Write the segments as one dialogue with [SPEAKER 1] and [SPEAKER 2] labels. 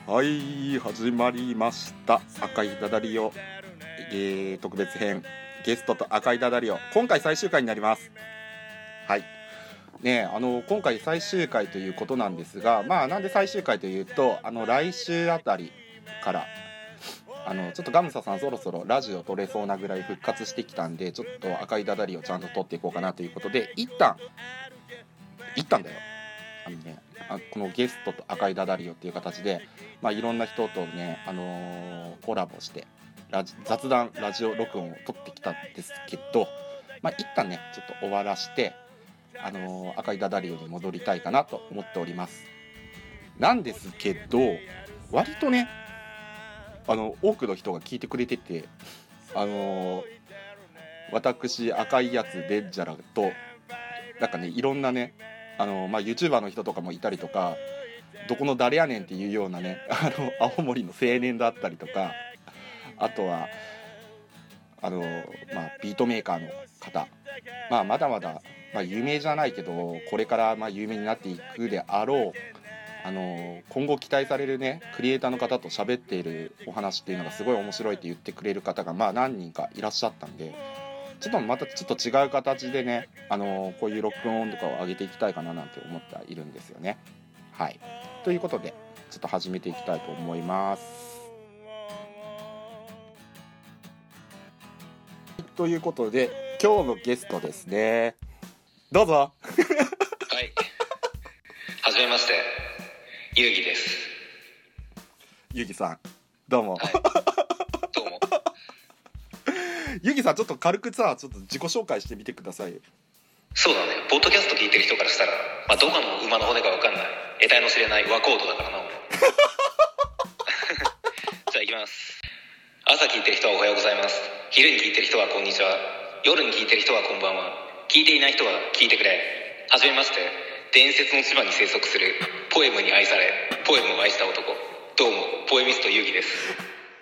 [SPEAKER 1] はい、始まりました赤いダダリオ、特別編ゲストと赤いダダリオ、今回最終回になります。はいね、今回最終回ということなんですが、なんで最終回というと、来週あたりからちょっとガムサさんそろそろラジオ撮れそうなぐらい復活してきたんで、ちょっと赤いダダリをちゃんと撮っていこうかなということで、一旦だよ、このゲストと赤いダダリオっていう形で、いろんな人とね、コラボして雑談ラジオ録音を撮ってきたんですけど、一旦ねちょっと終わらして赤いダダリオに戻りたいかなと思っております。なんですけど、割とね多くの人が聞いてくれてて、私赤いやつデンジャラとなんかね、いろんなねYouTuber の人とかもいたりとか、どこの誰やねんっていうようなね青森の青年だったりとか、あとはビートメーカーの方、まだまだ、有名じゃないけどこれから有名になっていくであろう今後期待されるねクリエイターの方と喋っているお話っていうのがすごい面白いって言ってくれる方が何人かいらっしゃったんで、ちょっとまたちょっと違う形でねこういう録音とかを上げていきたいかななんて思っているんですよね。はい、ということでちょっと始めていきたいと思います。ということで今日のゲストですね、どうぞ。
[SPEAKER 2] はい、はじめまして、ゆうぎです。
[SPEAKER 1] ゆうぎさんどうも、
[SPEAKER 2] はい、どうも。
[SPEAKER 1] ゆうぎさん、ちょっと軽くさ、ちょっと自己紹介してみてください。
[SPEAKER 2] そうだね、ポッドキャスト聞いてる人からしたら、どこの馬の骨か分かんない得体の知れない和コードだからな俺じゃあ行きます。朝聞いてる人はおはようございます。昼に聞いてる人はこんにちは。夜に聞いてる人はこんばんは。聞いていない人は聞いてくれ。はじめまして、伝説の千葉に生息するポエムに愛されポエムを愛した男、どうもポエミストゆうぎです。よ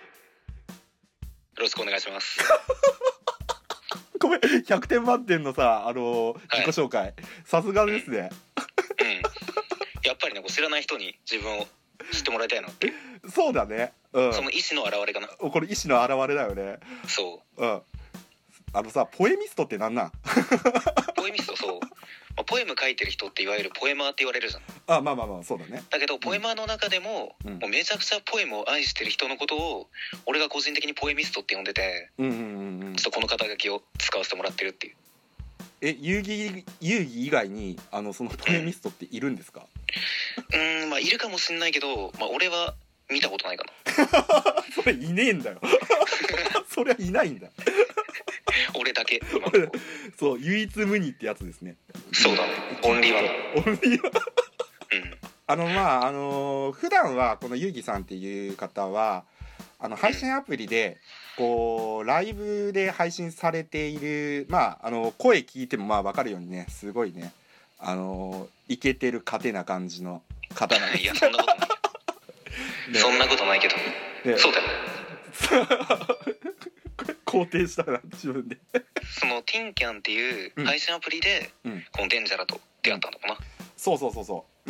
[SPEAKER 2] ろしくお願いします
[SPEAKER 1] ごめん、100点満点のさ自己紹介、さすがですね。
[SPEAKER 2] やっぱりね、知らない人に自分を知ってもらいたいなって。
[SPEAKER 1] そうだね、
[SPEAKER 2] その意志の表れかな。
[SPEAKER 1] これ意志の表れだよね。
[SPEAKER 2] そう、
[SPEAKER 1] ポエミストってなんなん
[SPEAKER 2] ポエミスト、そう、ポエム書いてる人っていわゆるポエマーって言われるじゃん。
[SPEAKER 1] そうだね。
[SPEAKER 2] だけどポエマーの中でも、もうめちゃくちゃポエムを愛してる人のことを俺が個人的にポエミストって呼んでて、ちょっとこの肩書きを使わせてもらってるっていう。
[SPEAKER 1] 遊戯以外にそのポエミストっているんですか？
[SPEAKER 2] いるかもしんないけど、俺は見たことないか
[SPEAKER 1] なそれいねえんだよそれはいないんだ
[SPEAKER 2] 俺だけ
[SPEAKER 1] そう、唯一無二ってやつですね。
[SPEAKER 2] そうだね、オンリーワン。
[SPEAKER 1] 普段はこのゆうぎさんっていう方は配信アプリでこうライブで配信されている、声聞いても分かるようにね、すごいねイケてる勝手な感じの方なんです。
[SPEAKER 2] いや、そんなことないね、そんなことないけど、ね、そうだよ
[SPEAKER 1] 肯定したな自分で
[SPEAKER 2] そのティンキャンっていう配信アプリで、このデンジャラと出会ったんだもんな。
[SPEAKER 1] そうそう、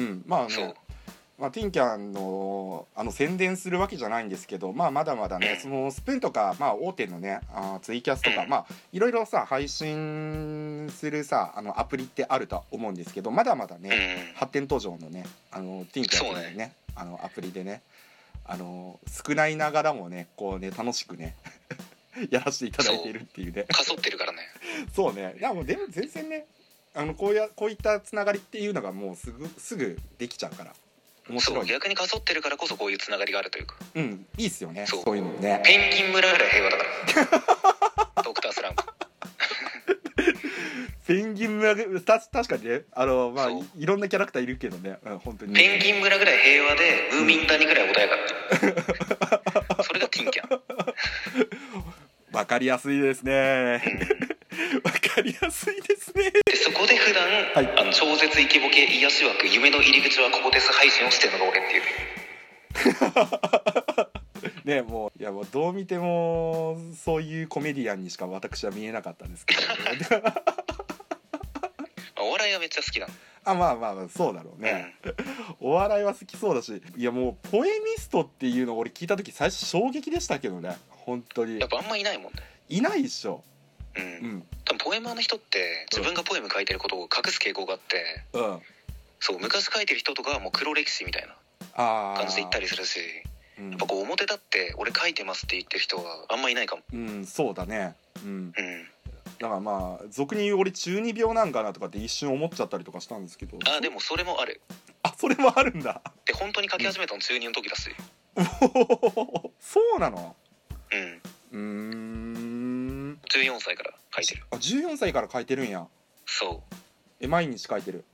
[SPEAKER 1] ティンキャンの宣伝するわけじゃないんですけど、まだまだね、そのスプーンとか、大手のねツイキャスとか、いろいろさ配信するさアプリってあるとは思うんですけど、まだまだね、発展途上のねティンキャンというねアプリでね少ないながらもねこうね楽しくねやらせていただいているっていうね。
[SPEAKER 2] かそってるからね。
[SPEAKER 1] そうね。いやもうでも全然ねこういったつながりっていうのがもうすぐできちゃうから面白い。
[SPEAKER 2] そう、逆にかそってるからこそこういうつながりがあるというか。
[SPEAKER 1] いいっすよね。そういうのね。
[SPEAKER 2] ペンギン村ぐらい平和だからドクタースランプ
[SPEAKER 1] ペンギン村確かにねいろんなキャラクターいるけどね、本当に
[SPEAKER 2] ペンギン村ぐらい平和でムーミン谷ぐらい穏やかそれがティンキャン
[SPEAKER 1] わかりやすいですね。わかりやすいですね。
[SPEAKER 2] でそこで普段、超絶イケボケ癒し枠夢の入り口はここです配信をしてるのが俺っていう
[SPEAKER 1] ね、もうどう見てもそういうコメディアンにしか私は見えなかったんですけど
[SPEAKER 2] お笑いはめっちゃ好きなの。
[SPEAKER 1] あ、まあまあまあそうだろうね、お笑いは好きそうだし、いやもうポエミストっていうのを俺聞いた時最初衝撃でしたけどね、本当に
[SPEAKER 2] やっぱあんまいないもんね。
[SPEAKER 1] いないっしょ。
[SPEAKER 2] 多分ポエマーの人って自分がポエム書いてることを隠す傾向があって、そう昔書いてる人とかはもう黒歴史みたいな感じで言ったりするし、やっぱこう表立って俺書いてますって言ってる人はあんまいないかも。
[SPEAKER 1] そうだね。だからまあ俗に言う俺中二病なんかなとかって一瞬思っちゃったりとかしたんですけど。
[SPEAKER 2] でもそれもある。
[SPEAKER 1] それもあるんだ。
[SPEAKER 2] で本当に書き始めたの中二の時だし。
[SPEAKER 1] そうなの
[SPEAKER 2] ？14歳から書いてる。
[SPEAKER 1] 14歳から書いてるんや。
[SPEAKER 2] そう。
[SPEAKER 1] 毎日書いてる？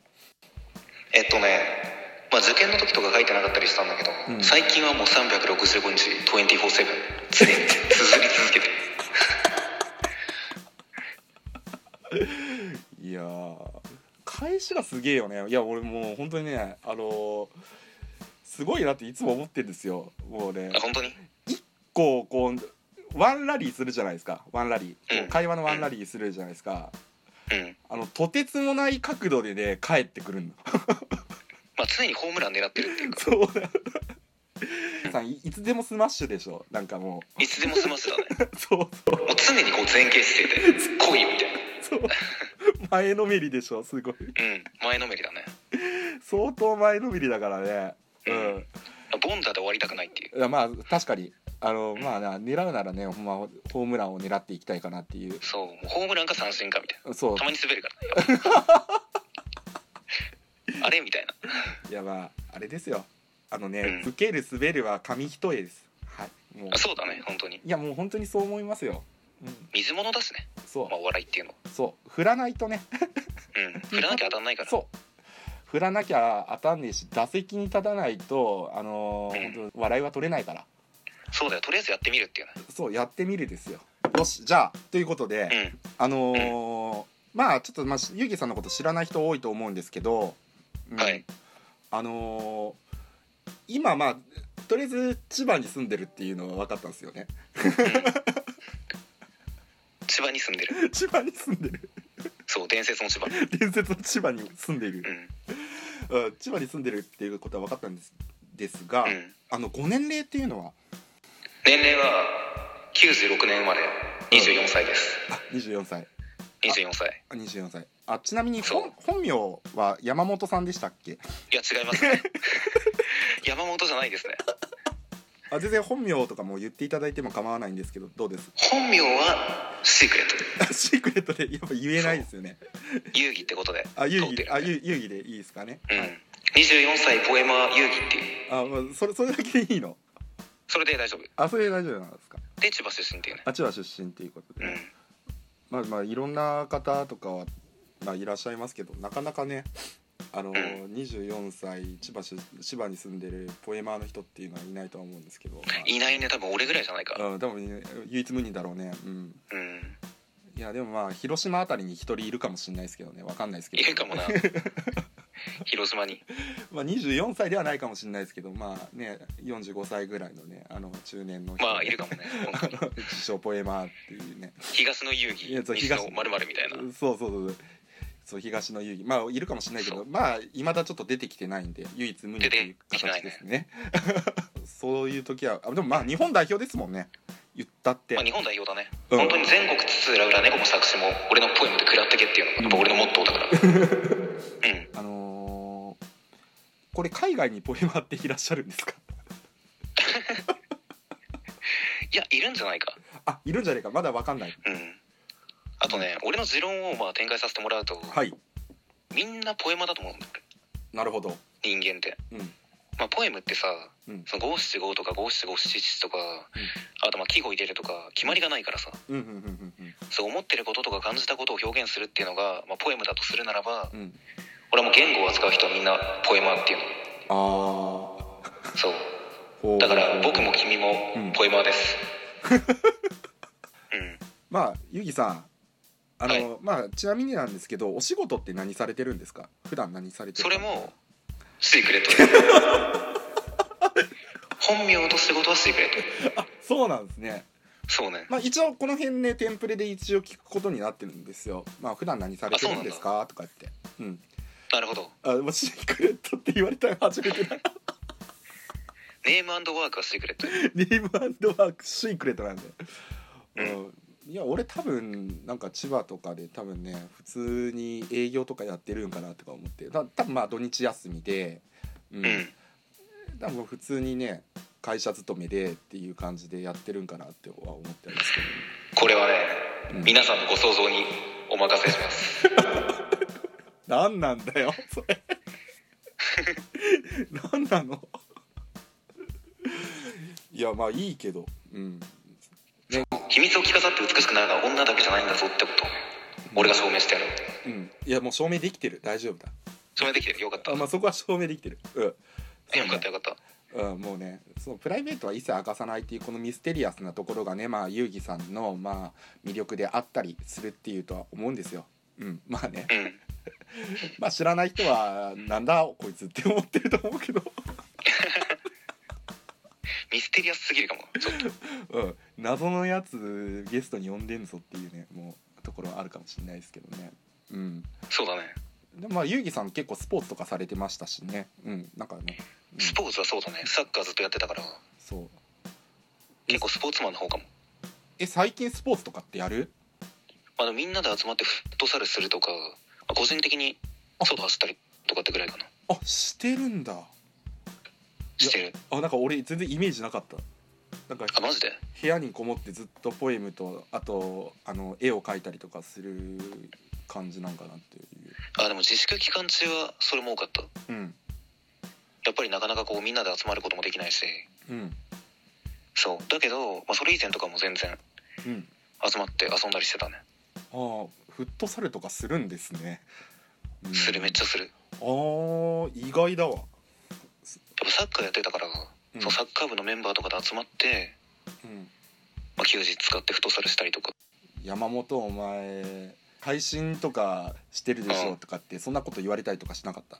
[SPEAKER 2] 受験の時とか書いてなかったりしたんだけど、最近はもう365日 24/7 常に綴り続けて
[SPEAKER 1] る。いや返しがすげえよね。いや俺もう本当にねすごいなっていつも思ってるんですよ。もうね。
[SPEAKER 2] 本当に
[SPEAKER 1] 一個こうワンラリーするじゃないですか。ワンラリー、会話のワンラリーするじゃないですか。とてつもない角度でね帰ってくるの。
[SPEAKER 2] 常にホームラン狙ってるっていうか。
[SPEAKER 1] そうだ。さんいつでもスマッシュでしょ。なんかも
[SPEAKER 2] ういつでもスマッシュだね。
[SPEAKER 1] そうもう
[SPEAKER 2] 常にこう前傾姿勢で来いよみたいな。
[SPEAKER 1] そう前のめりでしょ。すごい。
[SPEAKER 2] 前のめりだね。
[SPEAKER 1] 相当前のめりだからね。
[SPEAKER 2] ボンダで終わりたくないっていう。
[SPEAKER 1] いやまあ確かにまあ狙うならね、ホームランを狙っていきたいかなっていう。
[SPEAKER 2] そう、もうホームランか三振かみたいな。
[SPEAKER 1] そう。
[SPEAKER 2] たまに滑るからね。あれみたいな。
[SPEAKER 1] いやまああれですよ。受ける滑るは紙一重です。はい。もう
[SPEAKER 2] そうだね本当に。
[SPEAKER 1] いやもう本当にそう思いますよ。
[SPEAKER 2] 水物だしね。
[SPEAKER 1] そう。
[SPEAKER 2] お笑いっていうの。
[SPEAKER 1] そう振らないとね。
[SPEAKER 2] 振らなきゃ当たんないから。
[SPEAKER 1] そう。振らなきゃ当たんねえし、打席に立たないと本当笑いは取れないから。
[SPEAKER 2] そうだよ、とりあえずやってみるっていうね。
[SPEAKER 1] そうやってみるですよ。よし、じゃあということで、まあちょっとゆうきさんのこと知らない人多いと思うんですけど、今とりあえず千葉に住んでるっていうのは分かったんですよね。
[SPEAKER 2] 千葉に住んでる。
[SPEAKER 1] 千葉に住んでる。
[SPEAKER 2] そう、伝説の千葉。
[SPEAKER 1] 伝説の千葉に住んでいる。千葉に住んでるっていうことは分かったんですが、ご年齢っていうのは？
[SPEAKER 2] 年齢は96年生まれ24歳です。
[SPEAKER 1] 24歳。24歳。ちなみに本名は山本さんでしたっけ？い
[SPEAKER 2] や違いますね。山本じゃないですね。
[SPEAKER 1] 全然本名とかも言っていただいても構わないんですけど、どうです？
[SPEAKER 2] 本名はシークレットで。
[SPEAKER 1] シークレットでやっぱ言えないですよね。
[SPEAKER 2] 遊戯ってことで。
[SPEAKER 1] 遊戯でいいですかね。
[SPEAKER 2] 24歳ポエマー遊戯っていう。
[SPEAKER 1] それだけでいいの？
[SPEAKER 2] それで大丈夫。
[SPEAKER 1] それで大丈夫なんですか？
[SPEAKER 2] で千葉出身っていうね。
[SPEAKER 1] 千葉出身っていうことで、いろんな方とかはいらっしゃいますけど、なかなかね24歳千葉に住んでるポエマーの人っていうのはいないとは思うんですけど、
[SPEAKER 2] いないね。多分俺ぐらいじゃないか。
[SPEAKER 1] 多分唯一無二だろうね。いやでも広島あたりに一人いるかもしれないですけどね。わかんないですけど。
[SPEAKER 2] いるかもな。広島に。
[SPEAKER 1] 24歳ではないかもしれないですけど、45歳ぐらいのね中年の人、
[SPEAKER 2] いるかもね。
[SPEAKER 1] 自称ポエマーっていうね。
[SPEAKER 2] 東の遊戯、西の〇〇みたいな。
[SPEAKER 1] そう東の遊戯いるかもしれないけど、未だちょっと出てきてないんで唯一無二という形ですね。そういう時はでも日本代表ですもんね。言ったって。
[SPEAKER 2] 日本代表だね。本当に全国津々浦々猫も作詞も俺のポエムで食らってけっていうのがやっぱ俺のモットーだから。
[SPEAKER 1] これ海外にポエマーっていらっしゃるんですか？
[SPEAKER 2] いやいるんじゃないか。
[SPEAKER 1] いるんじゃないか。まだ分かんない。
[SPEAKER 2] あとね、俺の持論を展開させてもらうと、みんなポエマだと思うんだよ。
[SPEAKER 1] なるほど。
[SPEAKER 2] 人間って、ポエムってさ、その五七五とか五七五七七とか、あと季語入れるとか決まりがないからさ、そう思ってることとか感じたことを表現するっていうのが、ポエムだとするならば、俺はもう言語を扱う人はみんなポエマーっていうの。そうだから僕も君もポエマーです。
[SPEAKER 1] ゆうぎさんちなみになんですけど、お仕事って何されてるんですか？普段何されてるか？
[SPEAKER 2] それもシークレットです。本名と仕事はシークレット。
[SPEAKER 1] そうなんですね。
[SPEAKER 2] そうね。
[SPEAKER 1] 一応この辺ねテンプレで一応聞くことになってるんですよ。普段何されてるんですかとかって。
[SPEAKER 2] なるほど。
[SPEAKER 1] もうシークレットって言われたの初めてだ。
[SPEAKER 2] ネームアンドワークはシークレット。
[SPEAKER 1] ネームアンドワークシークレットなんだよ。
[SPEAKER 2] うん
[SPEAKER 1] いや俺多分なんか千葉とかで多分ね普通に営業とかやってるんかなとか思って多分まあ土日休みで、多分普通にね会社勤めでっていう感じでやってるんかなっては思ってるんですけど、
[SPEAKER 2] これはね、皆さんのご想像にお任せします。
[SPEAKER 1] 何なんだよそれ何なのいやまあいいけど、
[SPEAKER 2] 秘密を着飾って美しくなるのは女だけじゃないんだぞってことをね、俺が証明してやる。
[SPEAKER 1] いやもう証明できてる、大丈夫だ。
[SPEAKER 2] 証明できてる、よかった。
[SPEAKER 1] まあそこは証明できてる。
[SPEAKER 2] よかったよかった。
[SPEAKER 1] もうねそうプライベートは一切明かさないっていうこのミステリアスなところがねまあ遊戯さんのまあ魅力であったりするっていうとは思うんですよ。まあね、まあ知らない人はなんだこいつって思ってると思うけど
[SPEAKER 2] ミステリアスすぎるかもちょっと、
[SPEAKER 1] 謎のやつゲストに呼んでんぞっていうねもうところはあるかもしれないですけどね。
[SPEAKER 2] そうだね。
[SPEAKER 1] でまあ遊戯さん結構スポーツとかされてましたしね。なんかね、
[SPEAKER 2] スポーツはそうだね、サッカーずっとやってたから
[SPEAKER 1] そう
[SPEAKER 2] 結構スポーツマンの方かも。
[SPEAKER 1] 最近スポーツとかってやる？
[SPEAKER 2] みんなで集まってフットサルするとか、個人的に外走ったりとかってぐらいかな。
[SPEAKER 1] してるんだ。
[SPEAKER 2] してる。
[SPEAKER 1] なんか俺全然イメージなかった。なんか
[SPEAKER 2] マジで
[SPEAKER 1] 部屋にこもってずっとポエムとあと絵を描いたりとかする感じなんかなっていう。
[SPEAKER 2] でも自粛期間中はそれも多かった。やっぱりなかなかこうみんなで集まることもできないし、そうだけど、それ以前とかも全然集まって遊んだりしてたね。
[SPEAKER 1] フットサルとかするんですね。
[SPEAKER 2] する、めっちゃする。
[SPEAKER 1] 意外だわ。
[SPEAKER 2] やっぱサッカーやってたから、そのサッカー部のメンバーとかで集まって、休日使ってフットサルしたりとか。
[SPEAKER 1] 山本お前配信とかしてるでしょとかってそんなこと言われたりとかしなかった？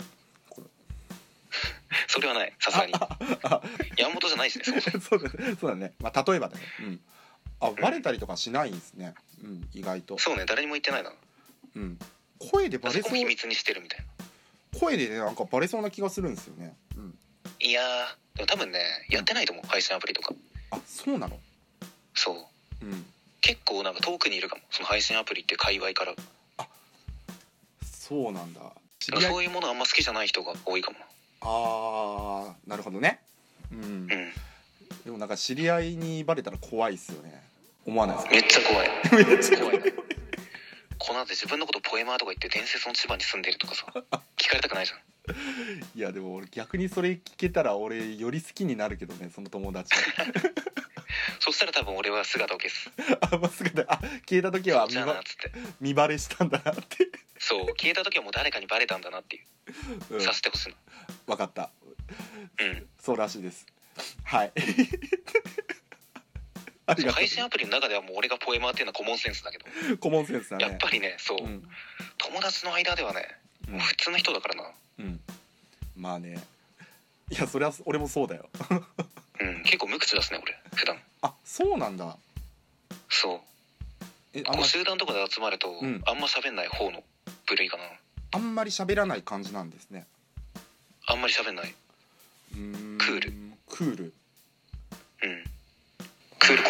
[SPEAKER 2] それはない、さすがに。山本じゃないしね。
[SPEAKER 1] そうだね。例えばだね。バレたりとかしないんですね。意外と。
[SPEAKER 2] そうね、誰にも言ってないな。
[SPEAKER 1] 声でバレそう。
[SPEAKER 2] そこも秘密にしてるみたい
[SPEAKER 1] な。声でねなんかバレそうな気がするんですよね。
[SPEAKER 2] いやーでも多分ねやってないと思う、配信アプリとか。
[SPEAKER 1] そうなの？
[SPEAKER 2] そう。結構なんか遠くにいるかも、その配信アプリって界隈から。
[SPEAKER 1] そうなんだ。
[SPEAKER 2] そういうものあんま好きじゃない人が多いかも。
[SPEAKER 1] なるほどね。でもなんか知り合いにバレたら怖いっすよね。思わないですか？
[SPEAKER 2] めっちゃ怖い。めっちゃ怖い。この後自分のことポエマーとか言って伝説の千葉に住んでるとかさ聞かれたくないじゃん。
[SPEAKER 1] いやでも俺逆にそれ聞けたら俺より好きになるけどね、その友達
[SPEAKER 2] そしたら多分俺は姿を消す。
[SPEAKER 1] 消えた時は見バレしたんだなって。
[SPEAKER 2] そう消えた時はもう誰かにバレたんだなっていう、させてほしいな。
[SPEAKER 1] 分かった。そうらしいです。はい
[SPEAKER 2] 配信アプリの中ではもう俺がポエマーっていうのはコモンセンスだけど、
[SPEAKER 1] コモンセンスだね。
[SPEAKER 2] やっぱりね、そう、友達の間ではね、もう普通の人だからな。
[SPEAKER 1] まあね、いやそれは俺もそうだよ
[SPEAKER 2] 結構無口だしね俺普段。
[SPEAKER 1] そうなんだ。
[SPEAKER 2] そう集団とかで集まると、あんま喋んない方の部類かな。
[SPEAKER 1] あんまり喋らない感じなんですね。
[SPEAKER 2] あんまり喋んない。クール
[SPEAKER 1] クール
[SPEAKER 2] コ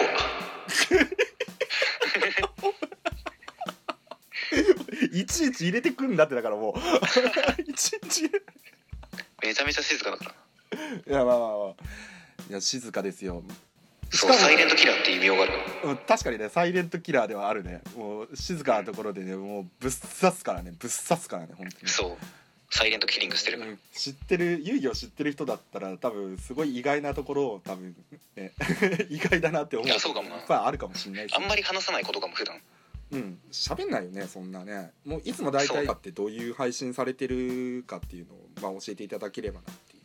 [SPEAKER 1] アいちいち入れてくんだって。だからもういちいち
[SPEAKER 2] めちゃめちゃ静かだから。
[SPEAKER 1] いやいや静かですよ。
[SPEAKER 2] そうサイレントキラーっていう異名がある。
[SPEAKER 1] 確かにねサイレントキラーではあるね。もう静かなところでねもうぶっ刺すからね本当に。
[SPEAKER 2] そうサイレントキリングしてるから、
[SPEAKER 1] 知ってる遊戯を知ってる人だったら多分すごい意外なところを多分ね意外だなって思う。
[SPEAKER 2] そうかもな。
[SPEAKER 1] あるかもしれないし、
[SPEAKER 2] あんまり話さないことかも普段。
[SPEAKER 1] 喋んないよねそんなね。もういつも大体ってどういう配信されてるかっていうのを教えていただければなっていう。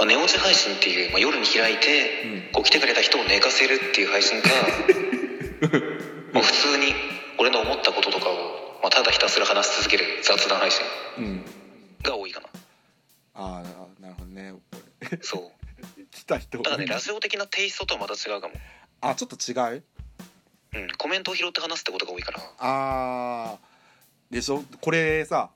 [SPEAKER 2] 寝落ち配信っていう、夜に開いて、来てくれた人を寝かせるっていう配信かもう普通に俺の思ったこととかを、ただひたすら話し続ける雑談配信が多いかな。
[SPEAKER 1] なるほどね。
[SPEAKER 2] そう
[SPEAKER 1] 来た人
[SPEAKER 2] だからねラジオ的なテイストとはまた違うかも。
[SPEAKER 1] ちょっと違う。
[SPEAKER 2] コメントを拾って話すってことが多いから。
[SPEAKER 1] でしょ。これさ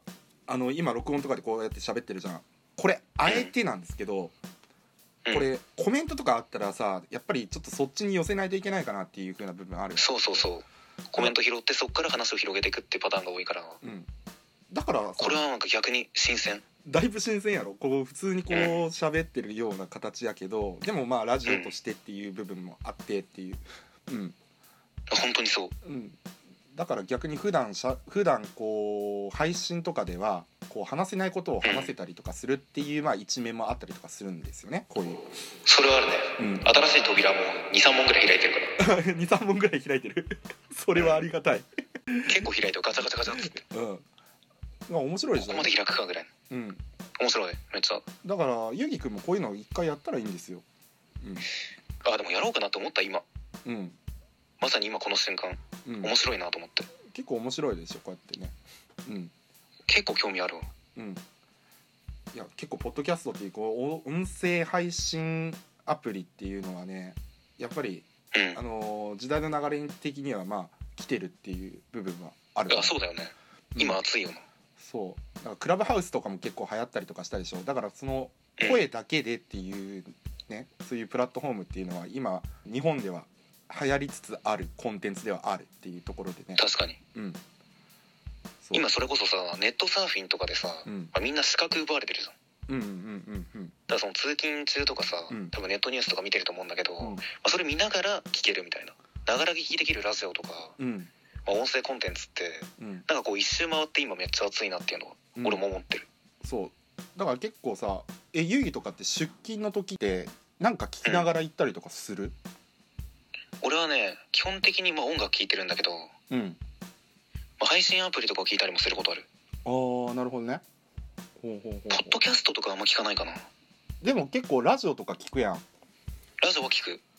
[SPEAKER 1] 今録音とかでこうやって喋ってるじゃん。これあえてなんですけど、これコメントとかあったらさ、やっぱりちょっとそっちに寄せないといけないかなっていう風な部分ある。
[SPEAKER 2] そうコメント拾ってそっから話を広げていくってパターンが多いから、
[SPEAKER 1] だから
[SPEAKER 2] これはなんか逆に新鮮。
[SPEAKER 1] だいぶ新鮮やろ。こう普通にこう喋ってるような形やけど、でもまあラジオとしてっていう部分もあってっていう、
[SPEAKER 2] 本当にそう。
[SPEAKER 1] だから逆に普段こう配信とかではこう話せないことを話せたりとかするっていう、まあ一面もあったりとかするんですよね。こういう。
[SPEAKER 2] それはあるね。新しい扉も 2,3 本ぐらい開いてるから。
[SPEAKER 1] 2,3 本ぐらい開いてる。それはありがたい。
[SPEAKER 2] 結構開いてる、ガチャガチャガチャって。
[SPEAKER 1] まあ面白いでしょ。
[SPEAKER 2] ここまで開くかぐらい。面白いめっちゃ。
[SPEAKER 1] だからゆうぎくんもこういうの一回やったらいいんですよ。
[SPEAKER 2] でもやろうかなって思った今。まさに今この瞬間、面白いなと思って。
[SPEAKER 1] 結構面白いでしょこうやってね。
[SPEAKER 2] 結構興味あるわ。
[SPEAKER 1] いや結構ポッドキャストっていうこう音声配信アプリっていうのはね、やっぱり、時代の流れ的にはまあ来てるっていう部分はある。
[SPEAKER 2] そうだよね。今熱いよな。
[SPEAKER 1] そうだからクラブハウスとかも結構流行ったりとかしたでしょ。だからその声だけでっていうね、そういうプラットフォームっていうのは今日本では流行りつつあるコンテンツではあるっていうところでね。
[SPEAKER 2] 確かに。今それこそさ、ネットサーフィンとかでさ、みんな視覚奪われてるじゃん。だからその通勤中とかさ、多分ネットニュースとか見てると思うんだけど、それ見ながら聞けるみたいな、ながら聞きできるラジオとか、音声コンテンツって、なんかこう一周回って今めっちゃ熱いなっていうのは俺も思ってる。
[SPEAKER 1] そうだから結構さ、遊戯とかって出勤の時ってなんか聞きながら行ったりとかする？
[SPEAKER 2] 俺はね基本的に音楽聴いてるんだけど、配信アプリとかを聞いたりもすることある。
[SPEAKER 1] なるほどね。
[SPEAKER 2] ポッドキャストとかあんま聞かないかな。
[SPEAKER 1] でも結構ラジオとか聞くやん。
[SPEAKER 2] ラジオは聞く。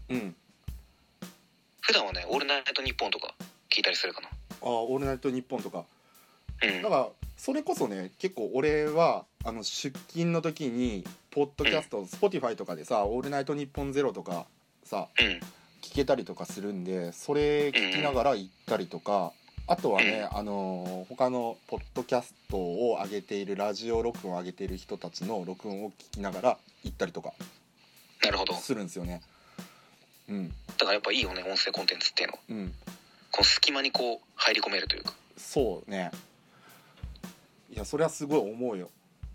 [SPEAKER 2] 普段はねオールナイトニッポンとか聞いたりするかな。
[SPEAKER 1] オールナイトニッポンとか。だからそれこそね、結構俺は出勤の時にポッドキャスト、Spotify とかでさ、オールナイトニッポンゼロとかさ、聞けたりとかするんで、それ聞きながら行ったりとか、あとはね、他のポッドキャストを上げているラジオ録音を上げている人たちの録音を聞きながら行ったりとかするんですよね。
[SPEAKER 2] だからやっぱいいよね、音声コンテンツっていうの。この隙間にこう入り込めるというか。
[SPEAKER 1] そうね。いやそれはすごい思うよ。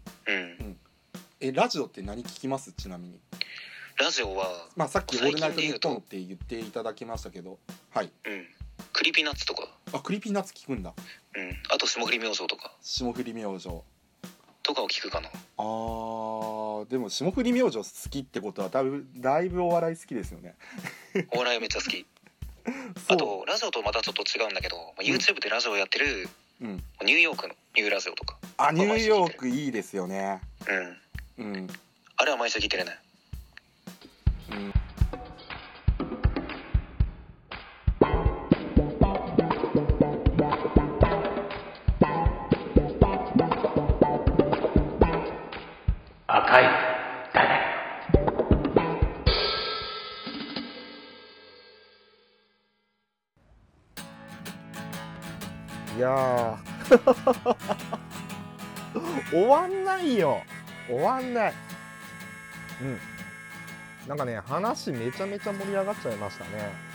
[SPEAKER 1] ラジオって何聞きます？ちなみに。
[SPEAKER 2] ラジオは
[SPEAKER 1] まあさっきオールナイトニッポンって言っていただきましたけど、
[SPEAKER 2] クリーピーナッツとか。
[SPEAKER 1] クリーピーナッツ聞くんだ。
[SPEAKER 2] あと霜降り明星とか。
[SPEAKER 1] 霜降り明星
[SPEAKER 2] とかを聞くかな。
[SPEAKER 1] でも霜降り明星好きってことは多分だいぶお笑い好きですよね。
[SPEAKER 2] お笑いめっちゃ好き。あとラジオとまたちょっと違うんだけど、YouTube でラジオやってる、ニューヨークのニューラジオとか。
[SPEAKER 1] ニューヨークいいですよね。
[SPEAKER 2] あれは毎週聞いてるね。赤いダダ
[SPEAKER 1] いや終わんないよ。終わんない。なんかね、話めちゃめちゃ盛り上がっちゃいましたね。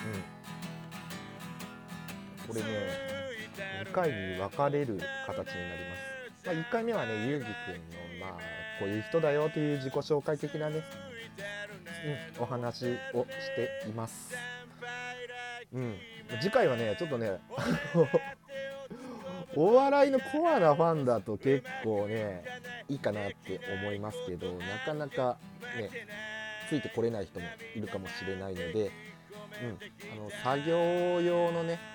[SPEAKER 1] これね、2回に分かれる形になります。1回目はね、ゆうぎくんのこういう人だよという自己紹介的なね、お話をしています。次回はね、ちょっとねお笑いのコアなファンだと結構ねいいかなって思いますけど、なかなかねついてこれない人もいるかもしれないので、作業用のね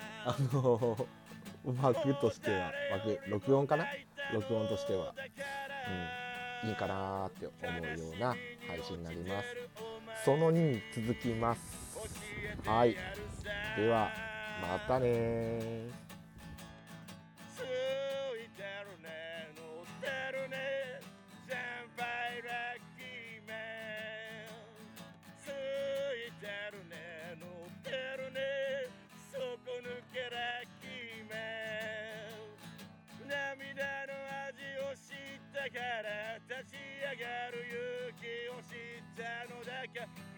[SPEAKER 1] 枠としては録音としては、いいかなって思うような配信になります。その2に続きます。はい、ではまたね。涙の味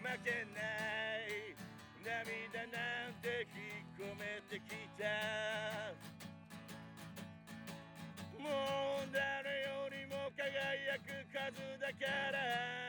[SPEAKER 3] 負けない涙なんて引っ込めてきたもう誰よりも輝く数だから